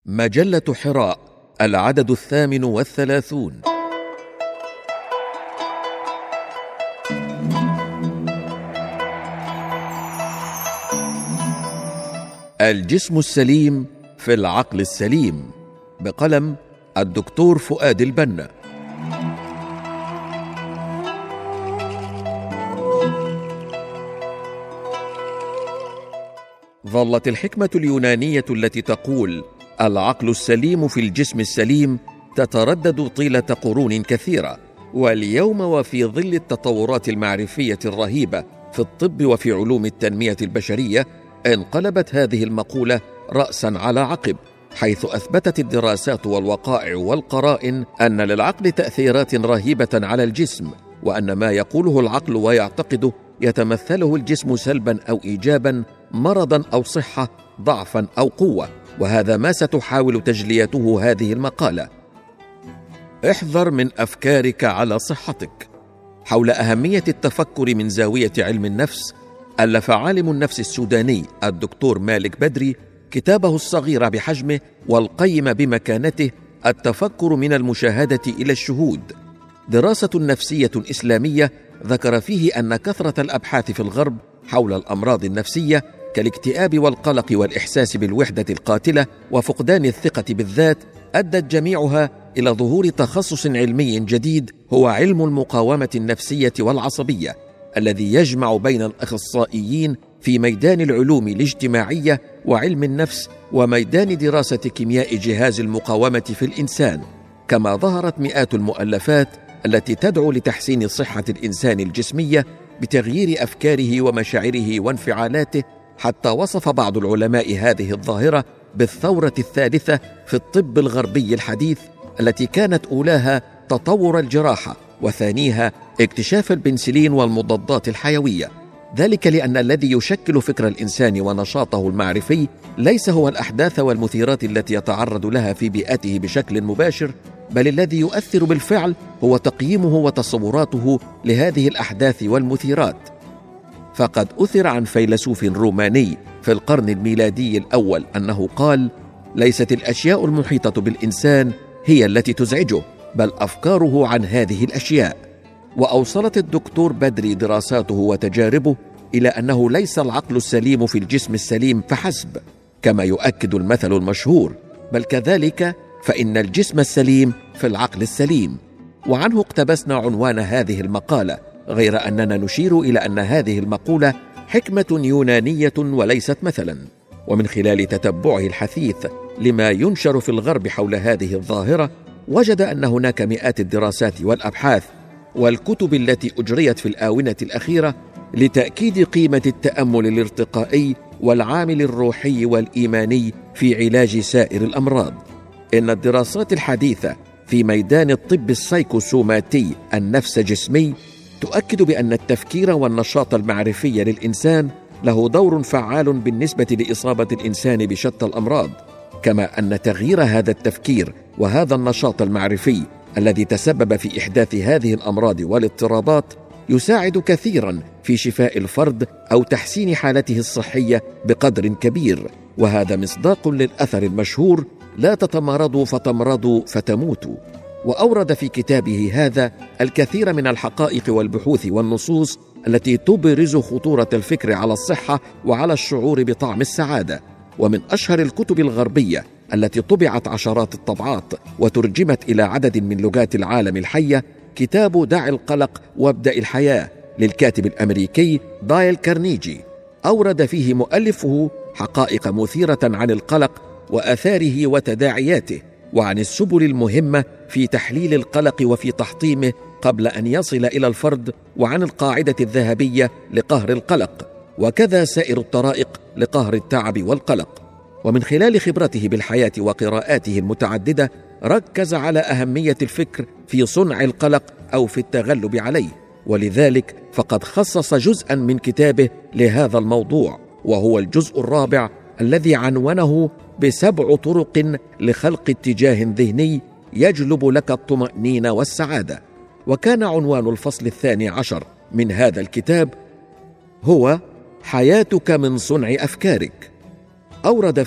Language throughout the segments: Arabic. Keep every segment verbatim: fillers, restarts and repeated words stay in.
مجلة حراء، العدد الثامن والثلاثون. الجسم السليم في العقل السليم، بقلم الدكتور فؤاد البنا. ظلت الحكمة اليونانية التي تقول العقل السليم في الجسم السليم تتردد طيلة قرون كثيرة، واليوم وفي ظل التطورات المعرفية الرهيبة في الطب وفي علوم التنمية البشرية، انقلبت هذه المقولة رأسا على عقب، حيث أثبتت الدراسات والوقائع والقرائن أن للعقل تأثيرات رهيبة على الجسم، وأن ما يقوله العقل ويعتقده يتمثله الجسم سلبا أو إيجابا، مرضا أو صحة، ضعفا أو قوة. وهذا ما ستحاول تجليته هذه المقالة. احذر من أفكارك على صحتك. حول أهمية التفكر من زاوية علم النفس، ألف عالم النفس السوداني الدكتور مالك بدري كتابه الصغير بحجمه والقيم بمكانته، التفكر من المشاهدة إلى الشهود، دراسة نفسية إسلامية، ذكر فيه أن كثرة الأبحاث في الغرب حول الأمراض النفسية كالاكتئاب والقلق والإحساس بالوحدة القاتلة وفقدان الثقة بالذات أدت جميعها إلى ظهور تخصص علمي جديد، هو علم المقاومة النفسية والعصبية، الذي يجمع بين الأخصائيين في ميدان العلوم الاجتماعية وعلم النفس وميدان دراسة كيمياء جهاز المقاومة في الإنسان. كما ظهرت مئات المؤلفات التي تدعو لتحسين صحة الإنسان الجسمية بتغيير أفكاره ومشاعره وانفعالاته، حتى وصف بعض العلماء هذه الظاهرة بالثورة الثالثة في الطب الغربي الحديث، التي كانت أولاها تطور الجراحة وثانيها اكتشاف البنسلين والمضادات الحيوية. ذلك لأن الذي يشكل فكر الإنسان ونشاطه المعرفي ليس هو الأحداث والمثيرات التي يتعرض لها في بيئته بشكل مباشر، بل الذي يؤثر بالفعل هو تقييمه وتصوراته لهذه الأحداث والمثيرات. فقد أثر عن فيلسوف روماني في القرن الميلادي الأول أنه قال: ليست الأشياء المحيطة بالإنسان هي التي تزعجه، بل أفكاره عن هذه الأشياء. وأوصلت الدكتور بدري دراساته وتجاربه إلى أنه ليس العقل السليم في الجسم السليم فحسب، كما يؤكد المثل المشهور، بل كذلك فإن الجسم السليم في العقل السليم. وعنه اقتبسنا عنوان هذه المقالة، غير أننا نشير إلى أن هذه المقولة حكمة يونانية وليست مثلا. ومن خلال تتبعه الحثيث لما ينشر في الغرب حول هذه الظاهرة، وجد أن هناك مئات الدراسات والأبحاث والكتب التي أجريت في الآونة الأخيرة لتأكيد قيمة التأمل الارتقائي والعامل الروحي والإيماني في علاج سائر الأمراض. إن الدراسات الحديثة في ميدان الطب السايكوسوماتي النفس جسمي تؤكد بأن التفكير والنشاط المعرفي للإنسان له دور فعال بالنسبة لإصابة الإنسان بشتى الأمراض، كما أن تغيير هذا التفكير وهذا النشاط المعرفي الذي تسبب في إحداث هذه الأمراض والاضطرابات يساعد كثيرا في شفاء الفرد أو تحسين حالته الصحية بقدر كبير. وهذا مصداق للأثر المشهور: لا تتمرضوا فتمرضوا فتموتوا. وأورد في كتابه هذا الكثير من الحقائق والبحوث والنصوص التي تبرز خطورة الفكر على الصحة وعلى الشعور بطعم السعادة. ومن أشهر الكتب الغربية التي طبعت عشرات الطبعات وترجمت إلى عدد من لغات العالم الحية كتاب دع القلق وابدأ الحياة للكاتب الأمريكي دايل كارنيجي. أورد فيه مؤلفه حقائق مثيرة عن القلق وآثاره وتداعياته، وعن السبل المهمة في تحليل القلق وفي تحطيمه قبل أن يصل إلى الفرد، وعن القاعدة الذهبية لقهر القلق، وكذا سائر الطرائق لقهر التعب والقلق. ومن خلال خبرته بالحياة وقراءاته المتعددة ركز على أهمية الفكر في صنع القلق أو في التغلب عليه، ولذلك فقد خصص جزءا من كتابه لهذا الموضوع، وهو الجزء الرابع الذي عنونه بسبع طرق لخلق اتجاه ذهني يجلب لك الطمأنينة والسعادة. وكان عنوان الفصل الثاني عشر من هذا الكتاب هو حياتك من صنع أفكارك. أورد فيه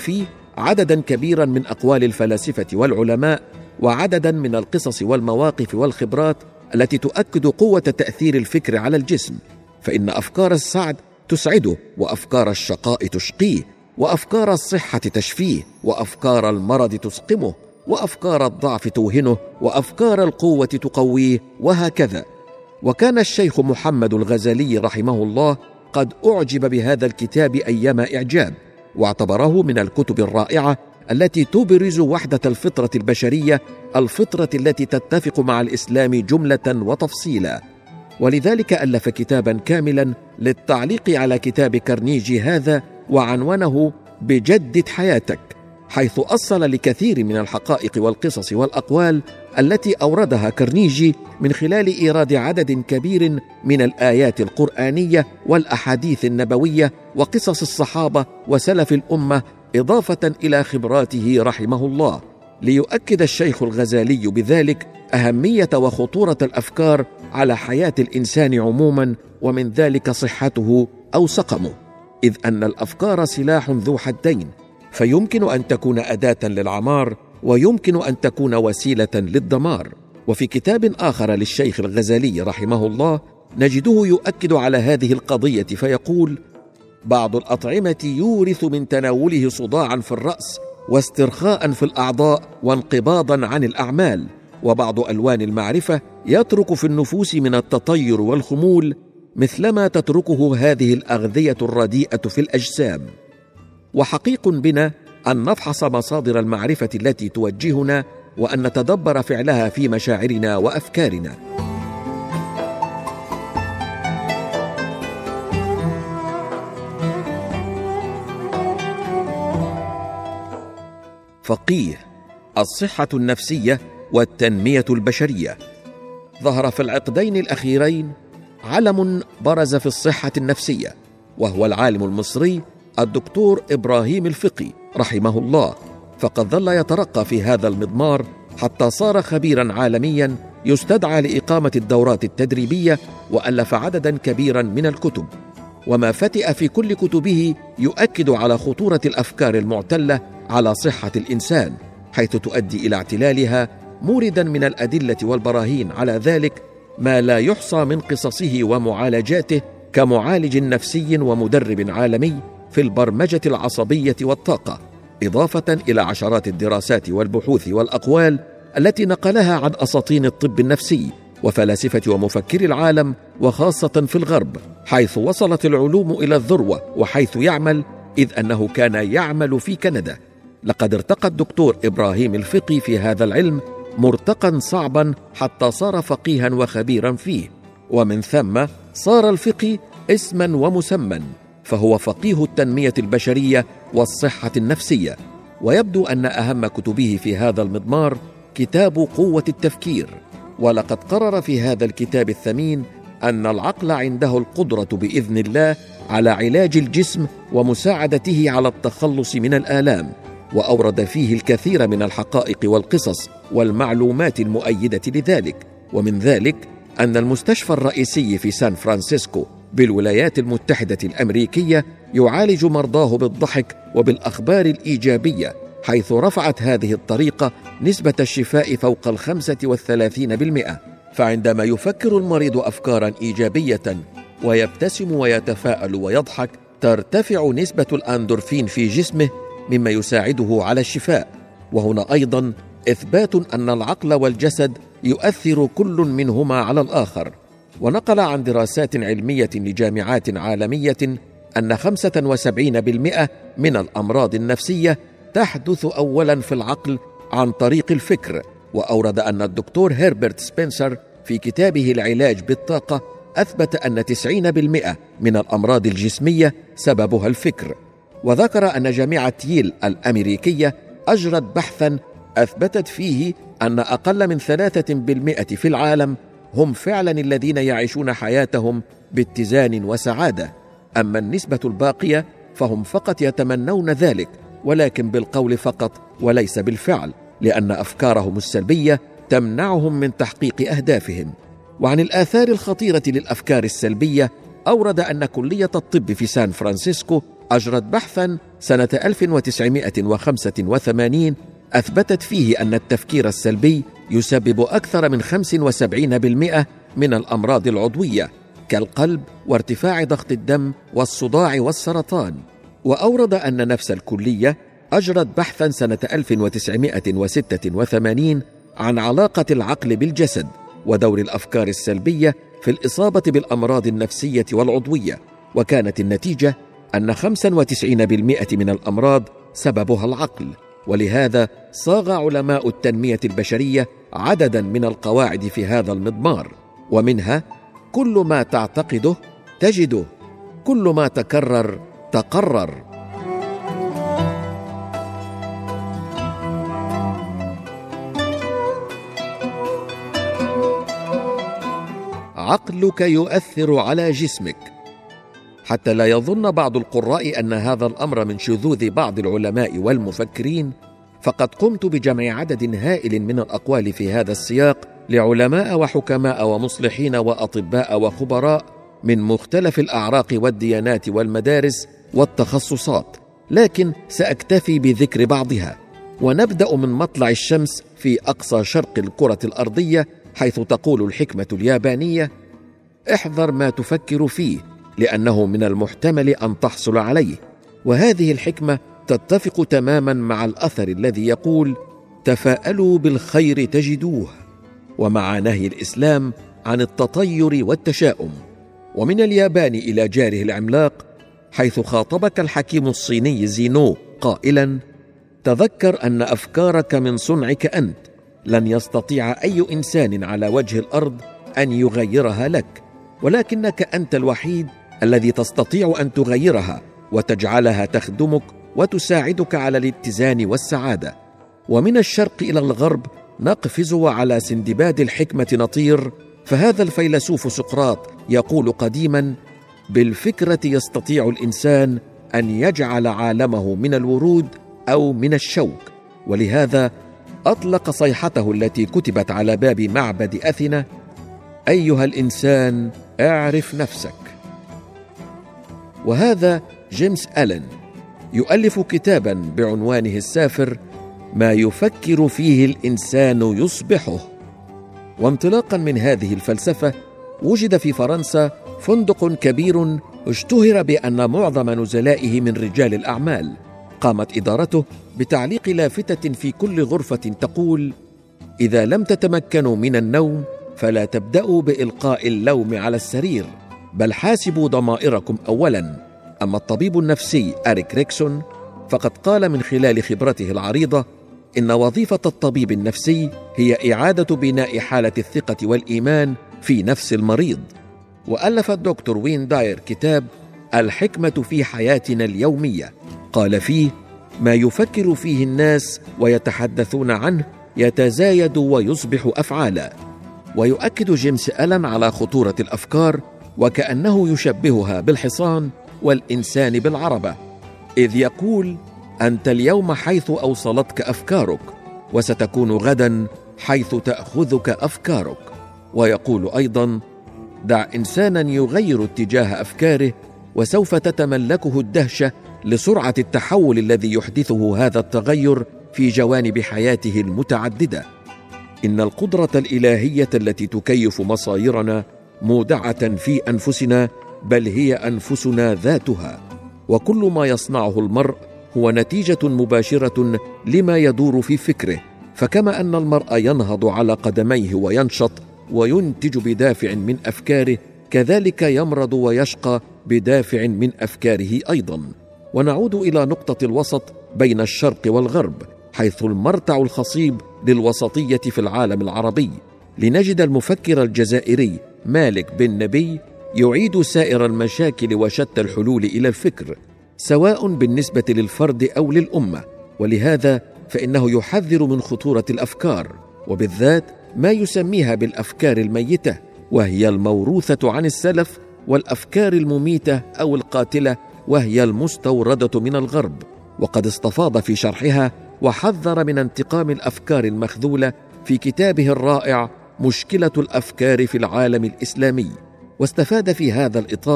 عددا كبيرا من أقوال الفلاسفة والعلماء، وعددا من القصص والمواقف والخبرات التي تؤكد قوة تأثير الفكر على الجسم، فإن أفكار السعد تسعده، وأفكار الشقاء تشقيه، وأفكار الصحة تشفيه، وأفكار المرض تسقمه، وأفكار الضعف توهنه، وأفكار القوة تقويه، وهكذا. وكان الشيخ محمد الغزالي رحمه الله قد أعجب بهذا الكتاب أيما إعجاب، واعتبره من الكتب الرائعة التي تبرز وحدة الفطرة البشرية، الفطرة التي تتفق مع الإسلام جملة وتفصيلا. ولذلك ألف كتابا كاملا للتعليق على كتاب كارنيجي هذا، وعنونه بجدد حياتك، حيث أصل لكثير من الحقائق والقصص والأقوال التي أوردها كارنيجي من خلال إيراد عدد كبير من الآيات القرآنية والأحاديث النبوية وقصص الصحابة وسلف الأمة، إضافة إلى خبراته رحمه الله، ليؤكد الشيخ الغزالي بذلك أهمية وخطورة الأفكار على حياة الإنسان عموما، ومن ذلك صحته أو سقمه، إذ أن الأفكار سلاح ذو حدين، فيمكن أن تكون أداة للعمار، ويمكن أن تكون وسيلة للدمار. وفي كتاب آخر للشيخ الغزالي رحمه الله نجده يؤكد على هذه القضية فيقول: بعض الأطعمة يورث من تناوله صداعا في الرأس، واسترخاء في الأعضاء، وانقباضا عن الأعمال، وبعض ألوان المعرفة يترك في النفوس من التطير والخمول مثلما تتركه هذه الأغذية الرديئة في الأجسام. وحقيق بنا أن نفحص مصادر المعرفة التي توجهنا، وأن نتدبر فعلها في مشاعرنا وأفكارنا. فقيه: الصحة النفسية والتنمية البشرية. ظهر في العقدين الأخيرين علم برز في الصحة النفسية، وهو العالم المصري الدكتور إبراهيم الفقي رحمه الله، فقد ظل يترقى في هذا المضمار حتى صار خبيرا عالميا يستدعى لإقامة الدورات التدريبية، وألف عددا كبيرا من الكتب، وما فتئ في كل كتبه يؤكد على خطورة الأفكار المعتلة على صحة الإنسان، حيث تؤدي إلى اعتلالها، موردا من الأدلة والبراهين على ذلك ما لا يحصى من قصصه ومعالجاته، كمعالج نفسي ومدرب عالمي في البرمجة العصبية والطاقة، إضافة إلى عشرات الدراسات والبحوث والأقوال التي نقلها عن أساطين الطب النفسي وفلاسفة ومفكري العالم، وخاصة في الغرب، حيث وصلت العلوم إلى الذروة، وحيث يعمل، إذ أنه كان يعمل في كندا. لقد ارتقى الدكتور إبراهيم الفقي في هذا العلم مرتقا صعبا حتى صار فقيها وخبيرا فيه، ومن ثم صار الفقي اسما ومسمى، فهو فقيه التنمية البشرية والصحة النفسية. ويبدو أن أهم كتبه في هذا المضمار كتاب قوة التفكير، ولقد قرر في هذا الكتاب الثمين أن العقل عنده القدرة بإذن الله على علاج الجسم ومساعدته على التخلص من الآلام، وأورد فيه الكثير من الحقائق والقصص والمعلومات المؤيدة لذلك. ومن ذلك أن المستشفى الرئيسي في سان فرانسيسكو بالولايات المتحدة الأمريكية يعالج مرضاه بالضحك وبالأخبار الإيجابية، حيث رفعت هذه الطريقة نسبة الشفاء فوق الخمسة والثلاثين بالمئة. فعندما يفكر المريض أفكارا إيجابية ويبتسم ويتفاءل ويضحك، ترتفع نسبة الأندورفين في جسمه، مما يساعده على الشفاء. وهنا أيضا إثبات أن العقل والجسد يؤثر كل منهما على الآخر. ونقل عن دراسات علمية لجامعات عالمية أن خمسة وسبعين بالمئة من الأمراض النفسية تحدث أولا في العقل عن طريق الفكر. وأورد أن الدكتور هيربرت سبنسر في كتابه العلاج بالطاقة أثبت أن تسعين بالمئة من الأمراض الجسمية سببها الفكر. وذكر أن جامعة ييل الأمريكية أجرت بحثا أثبتت فيه أن أقل من ثلاثة بالمئة في العالم هم فعلا الذين يعيشون حياتهم باتزان وسعادة، أما النسبة الباقية فهم فقط يتمنون ذلك، ولكن بالقول فقط وليس بالفعل، لأن أفكارهم السلبية تمنعهم من تحقيق أهدافهم. وعن الآثار الخطيرة للأفكار السلبية أورد أن كلية الطب في سان فرانسيسكو أجرت بحثا سنة ألف وتسعمائة وخمسة وثمانين أثبتت فيه أن التفكير السلبي يسبب أكثر من خمسة وسبعين بالمئة من الأمراض العضوية كالقلب وارتفاع ضغط الدم والصداع والسرطان. وأورد أن نفس الكلية أجرت بحثا سنة ألف وتسعمائة وستة وثمانين عن علاقة العقل بالجسد ودور الأفكار السلبية في الإصابة بالأمراض النفسية والعضوية، وكانت النتيجة أن خمسة وتسعين بالمئة من الأمراض سببها العقل. ولهذا صاغ علماء التنمية البشرية عددا من القواعد في هذا المضمار، ومنها: كل ما تعتقده تجده، كل ما تكرر تقرر. عقلك يؤثر على جسمك. حتى لا يظن بعض القراء أن هذا الأمر من شذوذ بعض العلماء والمفكرين، فقد قمت بجمع عدد هائل من الأقوال في هذا السياق لعلماء وحكماء ومصلحين وأطباء وخبراء من مختلف الأعراق والديانات والمدارس والتخصصات، لكن سأكتفي بذكر بعضها. ونبدأ من مطلع الشمس في أقصى شرق الكرة الأرضية، حيث تقول الحكمة اليابانية: احذر ما تفكر فيه لأنه من المحتمل أن تحصل عليه. وهذه الحكمة تتفق تماما مع الأثر الذي يقول: تفاءلوا بالخير تجدوه، ومع نهي الإسلام عن التطير والتشاؤم. ومن اليابان إلى جاره العملاق، حيث خاطبك الحكيم الصيني زينو قائلا: تذكر أن أفكارك من صنعك أنت، لن يستطيع أي إنسان على وجه الأرض أن يغيرها لك، ولكنك أنت الوحيد الذي تستطيع أن تغيرها وتجعلها تخدمك وتساعدك على الاتزان والسعادة. ومن الشرق إلى الغرب نقفز وعلى سندباد الحكمة نطير، فهذا الفيلسوف سقراط يقول قديما: بالفكرة يستطيع الإنسان أن يجعل عالمه من الورود أو من الشوك. ولهذا أطلق صيحته التي كتبت على باب معبد أثينا: أيها الإنسان اعرف نفسك. وهذا جيمس ألين يؤلف كتابا بعنوانه السافر: ما يفكر فيه الإنسان يصبحه. وانطلاقا من هذه الفلسفة، وجد في فرنسا فندق كبير اشتهر بأن معظم نزلائه من رجال الأعمال. قامت إدارته بتعليق لافتة في كل غرفة تقول: إذا لم تتمكنوا من النوم فلا تبدأوا بإلقاء اللوم على السرير، بل حاسبوا ضمائركم أولا. أما الطبيب النفسي أريك ريكسون فقد قال من خلال خبرته العريضة إن وظيفة الطبيب النفسي هي إعادة بناء حالة الثقة والإيمان في نفس المريض. وألف الدكتور وين داير كتاب الحكمة في حياتنا اليومية، قال فيه: ما يفكر فيه الناس ويتحدثون عنه يتزايد ويصبح أفعالا. ويؤكد جيمس ألين على خطورة الأفكار، وكأنه يشبهها بالحصان والإنسان بالعربة، إذ يقول: أنت اليوم حيث أوصلتك أفكارك، وستكون غدا حيث تأخذك أفكارك. ويقول أيضا: دع إنسانا يغير اتجاه أفكاره، وسوف تتملكه الدهشة لسرعة التحول الذي يحدثه هذا التغير في جوانب حياته المتعددة. إن القدرة الإلهية التي تكيف مصائرنا مودعة في أنفسنا، بل هي أنفسنا ذاتها. وكل ما يصنعه المرء هو نتيجة مباشرة لما يدور في فكره. فكما أن المرء ينهض على قدميه وينشط وينتج بدافع من أفكاره، كذلك يمرض ويشقى بدافع من أفكاره أيضا. ونعود إلى نقطة الوسط بين الشرق والغرب، حيث المرتع الخصيب للوسطية في العالم العربي، لنجد المفكر الجزائري مالك بن نبي يعيد سائر المشاكل وشتى الحلول إلى الفكر، سواء بالنسبة للفرد أو للأمة. ولهذا فإنه يحذر من خطورة الأفكار، وبالذات ما يسميها بالأفكار الميتة، وهي الموروثة عن السلف، والأفكار المميتة أو القاتلة وهي المستوردة من الغرب. وقد استفاض في شرحها وحذر من انتقام الأفكار المخذولة في كتابه الرائع مشكلة الأفكار في العالم الإسلامي. واستفاد في هذا الإطار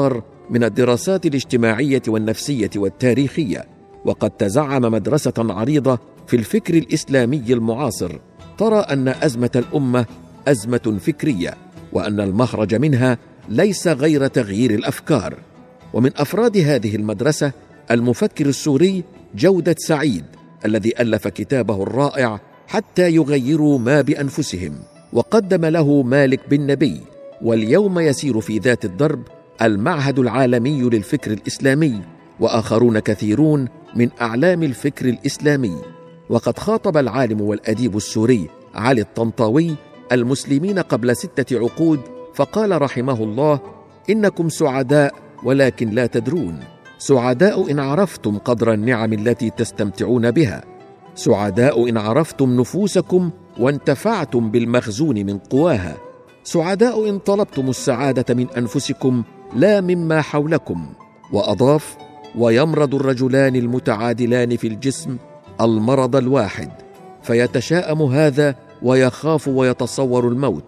من الدراسات الاجتماعية والنفسية والتاريخية، وقد تزعم مدرسة عريضة في الفكر الإسلامي المعاصر ترى أن أزمة الأمة أزمة فكرية، وأن المخرج منها ليس غير تغيير الأفكار. ومن أفراد هذه المدرسة المفكر السوري جودة سعيد، الذي ألف كتابه الرائع حتى يغيروا ما بأنفسهم، وقدم له مالك بن نبي، واليوم يسير في ذات الدرب المعهد العالمي للفكر الإسلامي، وآخرون كثيرون من أعلام الفكر الإسلامي. وقد خاطب العالم والأديب السوري علي الطنطاوي المسلمين قبل ستة عقود فقال رحمه الله: إنكم سعداء ولكن لا تدرون، سعداء إن عرفتم قدر النعم التي تستمتعون بها، سعداء إن عرفتم نفوسكم وانتفعتم بالمخزون من قواها، سعداء إن طلبتم السعادة من أنفسكم لا مما حولكم. وأضاف: ويمرض الرجلان المتعادلان في الجسم المرض الواحد، فيتشاءم هذا ويخاف ويتصور الموت،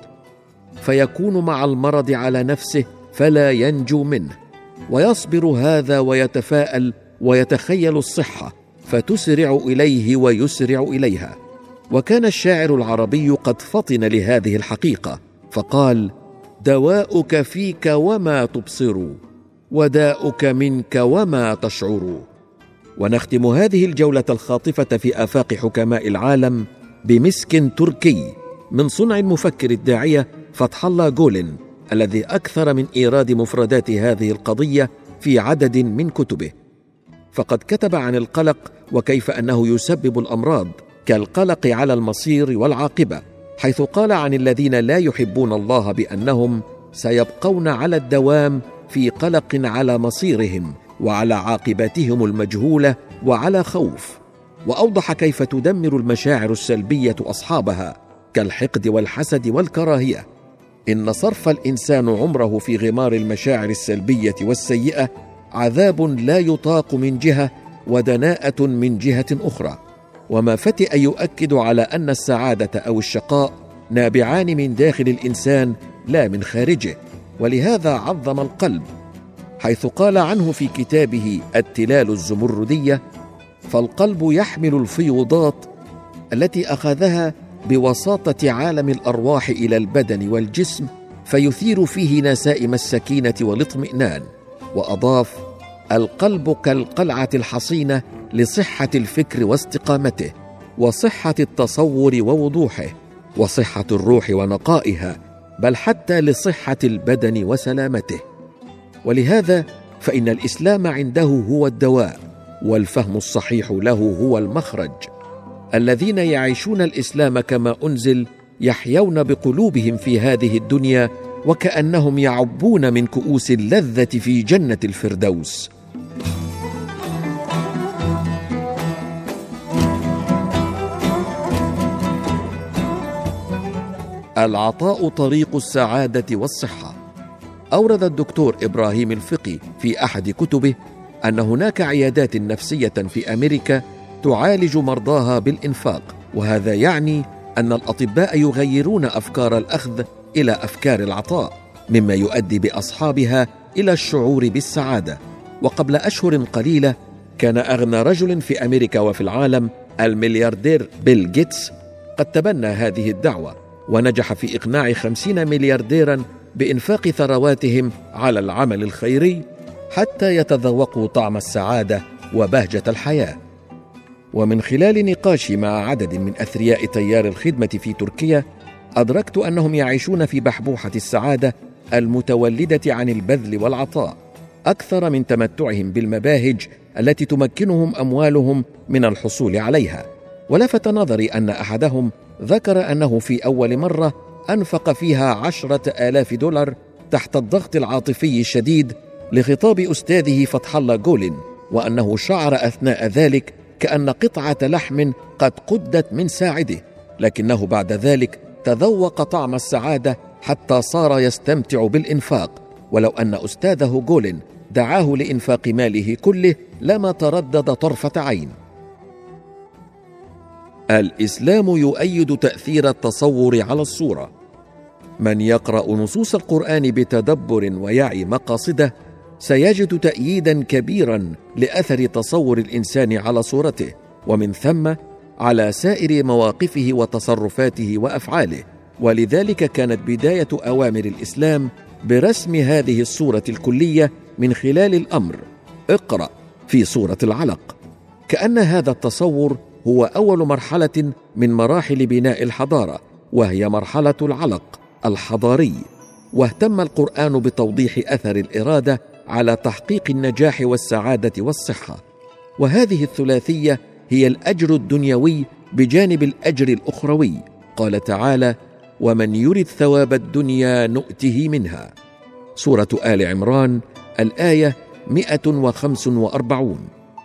فيكون مع المرض على نفسه فلا ينجو منه، ويصبر هذا ويتفاءل ويتخيل الصحة فتسرع إليه ويسرع إليها. وكان الشاعر العربي قد فطن لهذه الحقيقة فقال: دواؤك فيك وما تبصر، وداؤك منك وما تشعر. ونختم هذه الجولة الخاطفة في آفاق حكماء العالم بمسك تركي من صنع المفكر الداعية فتح الله جولن، الذي أكثر من إيراد مفردات هذه القضية في عدد من كتبه. فقد كتب عن القلق وكيف أنه يسبب الأمراض كالقلق على المصير والعاقبة، حيث قال عن الذين لا يحبون الله بأنهم سيبقون على الدوام في قلق على مصيرهم وعلى عاقبتهم المجهولة وعلى خوف. وأوضح كيف تدمر المشاعر السلبية أصحابها كالحقد والحسد والكراهية. إن صرف الإنسان عمره في غمار المشاعر السلبية والسيئة عذاب لا يطاق من جهة ودناءة من جهة أخرى. وما فتئ يؤكد على أن السعادة أو الشقاء نابعان من داخل الإنسان لا من خارجه، ولهذا عظم القلب، حيث قال عنه في كتابه التلال الزمردية: فالقلب يحمل الفيوضات التي أخذها بوساطة عالم الأرواح إلى البدن والجسم، فيثير فيه نسائم السكينة والاطمئنان. وأضاف: القلب كالقلعة الحصينة لصحة الفكر واستقامته، وصحة التصور ووضوحه، وصحة الروح ونقائها، بل حتى لصحة البدن وسلامته. ولهذا فإن الإسلام عنده هو الدواء، والفهم الصحيح له هو المخرج. الذين يعيشون الإسلام كما أنزل يحيون بقلوبهم في هذه الدنيا وكأنهم يعبون من كؤوس اللذة في جنة الفردوس. العطاء طريق السعادة والصحة. أورد الدكتور إبراهيم الفقي في أحد كتبه أن هناك عيادات نفسية في أمريكا تعالج مرضاها بالإنفاق، وهذا يعني أن الأطباء يغيرون أفكار الأخذ إلى أفكار العطاء، مما يؤدي بأصحابها إلى الشعور بالسعادة. وقبل أشهر قليلة كان أغنى رجل في أمريكا وفي العالم الملياردير بيل غيتس قد تبنى هذه الدعوة، ونجح في إقناع خمسين مليارديرا بإنفاق ثرواتهم على العمل الخيري حتى يتذوقوا طعم السعادة وبهجة الحياة. ومن خلال نقاشي مع عدد من أثرياء تيار الخدمة في تركيا أدركت أنهم يعيشون في بحبوحة السعادة المتولدة عن البذل والعطاء أكثر من تمتعهم بالمباهج التي تمكنهم أموالهم من الحصول عليها. ولفت نظري أن أحدهم ذكر أنه في أول مرة أنفق فيها عشرة آلاف دولار تحت الضغط العاطفي الشديد لخطاب أستاذه فتح الله جولن، وأنه شعر أثناء ذلك كأن قطعة لحم قد قدت من ساعده، لكنه بعد ذلك تذوق طعم السعادة حتى صار يستمتع بالإنفاق. ولو أن أستاذه جولن دعاه لإنفاق ماله كله لما تردد طرفة عين. الإسلام يؤيد تأثير التصور على الصورة. من يقرأ نصوص القرآن بتدبر ويعي مقاصده سيجد تأييدا كبيرا لأثر تصور الإنسان على صورته، ومن ثم على سائر مواقفه وتصرفاته وأفعاله. ولذلك كانت بداية أوامر الإسلام برسم هذه الصورة الكلية من خلال الأمر: اقرأ في سورة العلق، كأن هذا التصور هو أول مرحلة من مراحل بناء الحضارة، وهي مرحلة العلق الحضاري. واهتم القرآن بتوضيح أثر الإرادة على تحقيق النجاح والسعادة والصحة، وهذه الثلاثية هي الأجر الدنيوي بجانب الأجر الأخروي. قال تعالى: ومن يرد ثواب الدنيا نؤته منها. سورة آل عمران الآية مئة وخمسة وأربعين.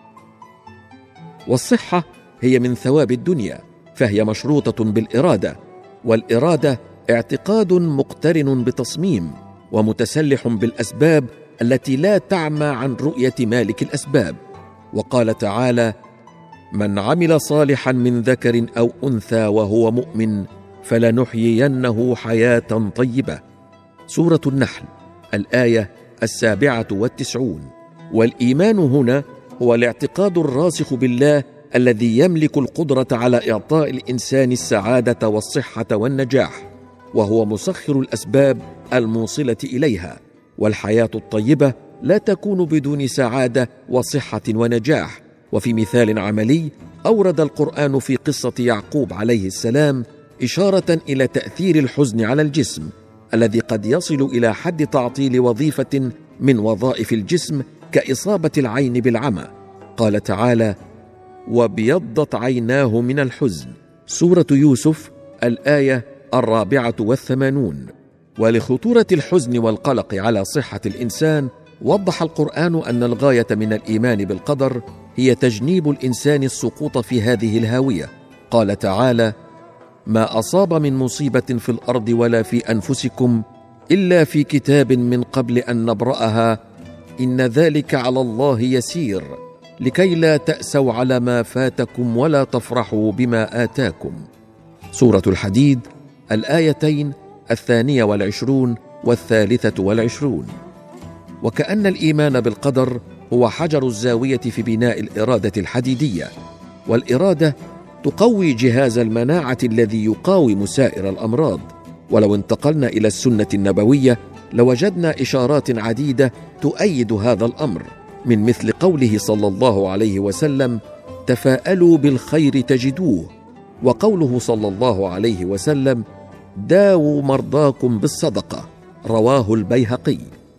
والصحة هي من ثواب الدنيا، فهي مشروطة بالإرادة، والإرادة اعتقاد مقترن بتصميم ومتسلح بالأسباب التي لا تعمى عن رؤية مالك الأسباب. وقال تعالى: من عمل صالحا من ذكر أو أنثى وهو مؤمن فلنحيينه حياة طيبة. سورة النحل الآية السابعة والتسعون. والإيمان هنا هو الاعتقاد الراسخ بالله الذي يملك القدرة على إعطاء الإنسان السعادة والصحة والنجاح، وهو مسخر الأسباب الموصلة إليها. والحياة الطيبة لا تكون بدون سعادة وصحة ونجاح. وفي مثال عملي أورد القرآن في قصة يعقوب عليه السلام إشارة إلى تأثير الحزن على الجسم الذي قد يصل إلى حد تعطيل وظيفة من وظائف الجسم كإصابة العين بالعمى. قال تعالى: وابيضت عيناه من الحزن. سورة يوسف الآية الرابعة والثمانون. ولخطورة الحزن والقلق على صحة الإنسان، وضح القرآن أن الغاية من الإيمان بالقدر هي تجنيب الإنسان السقوط في هذه الهاوية. قال تعالى: ما أصاب من مصيبة في الأرض ولا في أنفسكم إلا في كتاب من قبل أن نبرأها إن ذلك على الله يسير لكي لا تأسوا على ما فاتكم ولا تفرحوا بما آتاكم. سورة الحديد الآيتين الثانية والعشرون والثالثة والعشرون. وكأن الإيمان بالقدر هو حجر الزاوية في بناء الإرادة الحديدية، والإرادة تقوي جهاز المناعة الذي يقاوم سائر الأمراض. ولو انتقلنا إلى السنة النبوية لوجدنا إشارات عديدة تؤيد هذا الأمر، من مثل قوله صلى الله عليه وسلم: تفاءلوا بالخير تجدوه، وقوله صلى الله عليه وسلم: داووا مرضاكم بالصدقة، رواه البيهقي.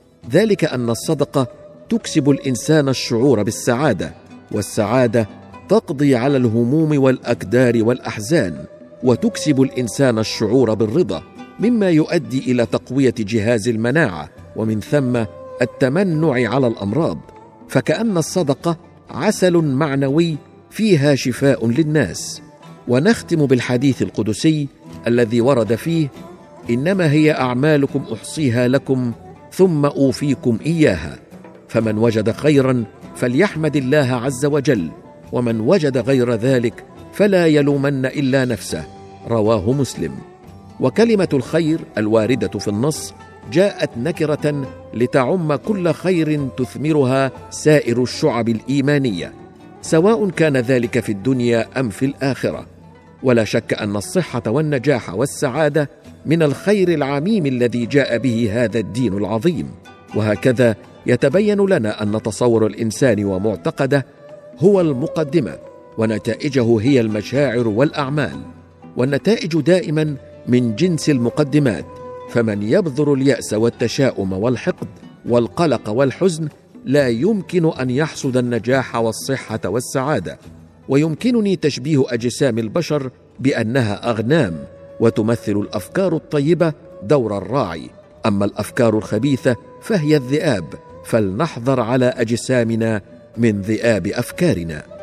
ذلك أن الصدقة تكسب الإنسان الشعور بالسعادة، والسعادة تقضي على الهموم والأكدار والأحزان، وتكسب الإنسان الشعور بالرضا، مما يؤدي إلى تقوية جهاز المناعة، ومن ثم التمنع على الأمراض. فكأن الصدقة عسل معنوي فيها شفاء للناس. ونختم بالحديث القدسي الذي ورد فيه: إنما هي أعمالكم أحصيها لكم ثم أوفيكم إياها، فمن وجد خيرا فليحمد الله عز وجل، ومن وجد غير ذلك فلا يلومن إلا نفسه، رواه مسلم. وكلمة الخير الواردة في النص جاءت نكرة لتعم كل خير تثمرها سائر الشعب الإيمانية، سواء كان ذلك في الدنيا أم في الآخرة. ولا شك أن الصحة والنجاح والسعادة من الخير العميم الذي جاء به هذا الدين العظيم. وهكذا يتبين لنا أن تصور الإنسان ومعتقده هو المقدمة، ونتائجه هي المشاعر والأعمال، والنتائج دائما من جنس المقدمات. فمن يبذر اليأس والتشاؤم والحقد والقلق والحزن لا يمكن أن يحصد النجاح والصحة والسعادة. ويمكنني تشبيه أجسام البشر بأنها أغنام، وتمثل الأفكار الطيبة دور الراعي، أما الأفكار الخبيثة فهي الذئاب، فلنحذر على أجسامنا من ذئاب أفكارنا.